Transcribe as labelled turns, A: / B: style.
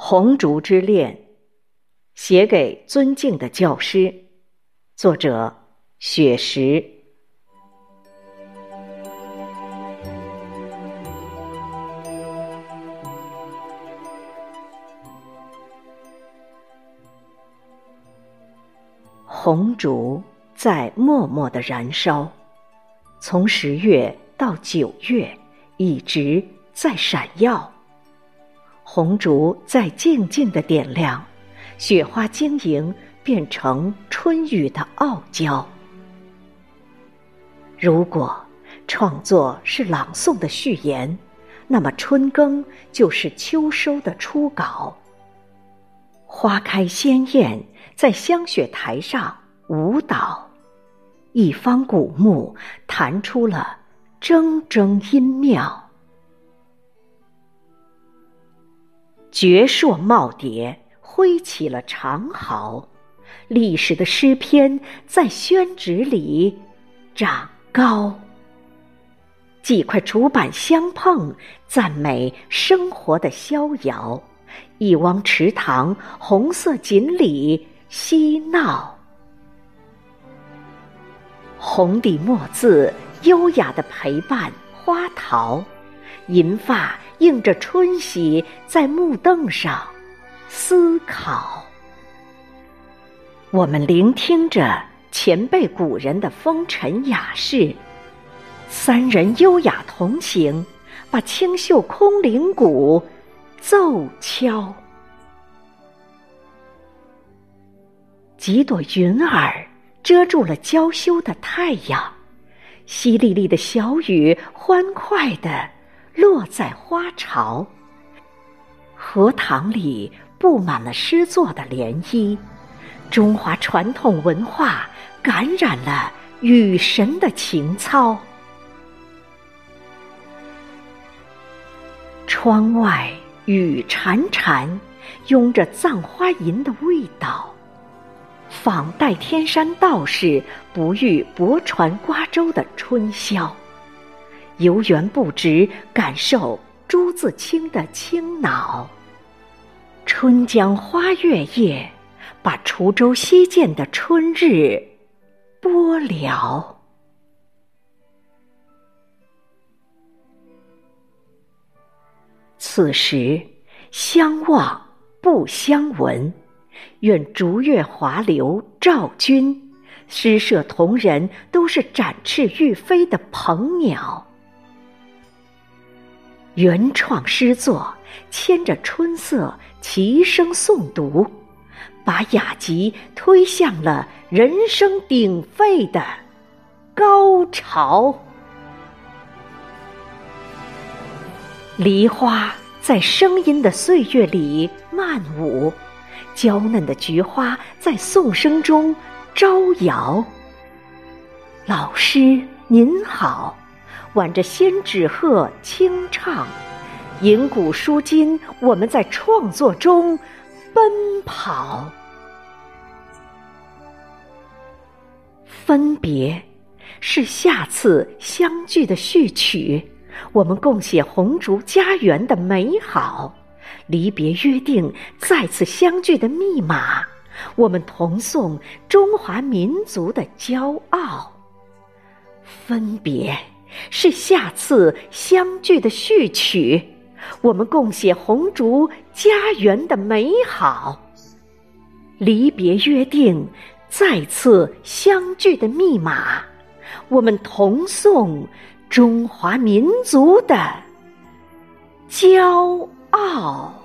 A: 红烛之恋》，写给尊敬的教师，作者雪石。红烛在默默地燃烧，从10月到9月，一直在闪耀。红烛在静静地点亮，雪花晶莹变成春雨的傲娇。如果创作是朗诵的序言，那么春耕就是秋收的初稿。花开鲜艳，在香雪台上舞蹈，一方古木弹出了铮铮音妙。绝硕耄耋挥起了长毫，历史的诗篇在宣纸里长高。几块竹板相碰，赞美生活的逍遥。一汪池塘，红色锦鲤嬉闹。红底墨字优雅地陪伴花桃，银发映着春喜，在木凳上思考。我们聆听着前辈古人的风尘雅事，3人优雅同行，把清秀空灵鼓奏敲。几朵云儿遮住了娇羞的太阳，淅沥沥的小雨欢快地落在花潮。荷塘里布满了诗作的涟漪，中华传统文化感染了雨神的情操。窗外雨潺潺，拥着葬花吟的味道。访代天山道士不遇泊船瓜洲的春宵，游园不值，感受朱自清的清脑。春江花月夜，把滁州西涧的春日播了。此时相望不相闻，愿逐月华流照君。诗社同仁都是展翅欲飞的鹏鸟。原创诗作牵着春色齐声诵读，把雅集推向了人声鼎沸的高潮。梨花在声音的岁月里漫舞，娇嫩的菊花在颂声中招摇。老师您好，挽着仙纸鹤轻唱，吟古书今，我们在创作中奔跑。分别是下次相聚的序曲，我们共写红烛家园的美好。离别约定再次相聚的密码，我们同颂中华民族的骄傲。分别是下次相聚的序曲，我们共写红烛家园的美好。离别约定再次相聚的密码，我们同颂中华民族的骄傲。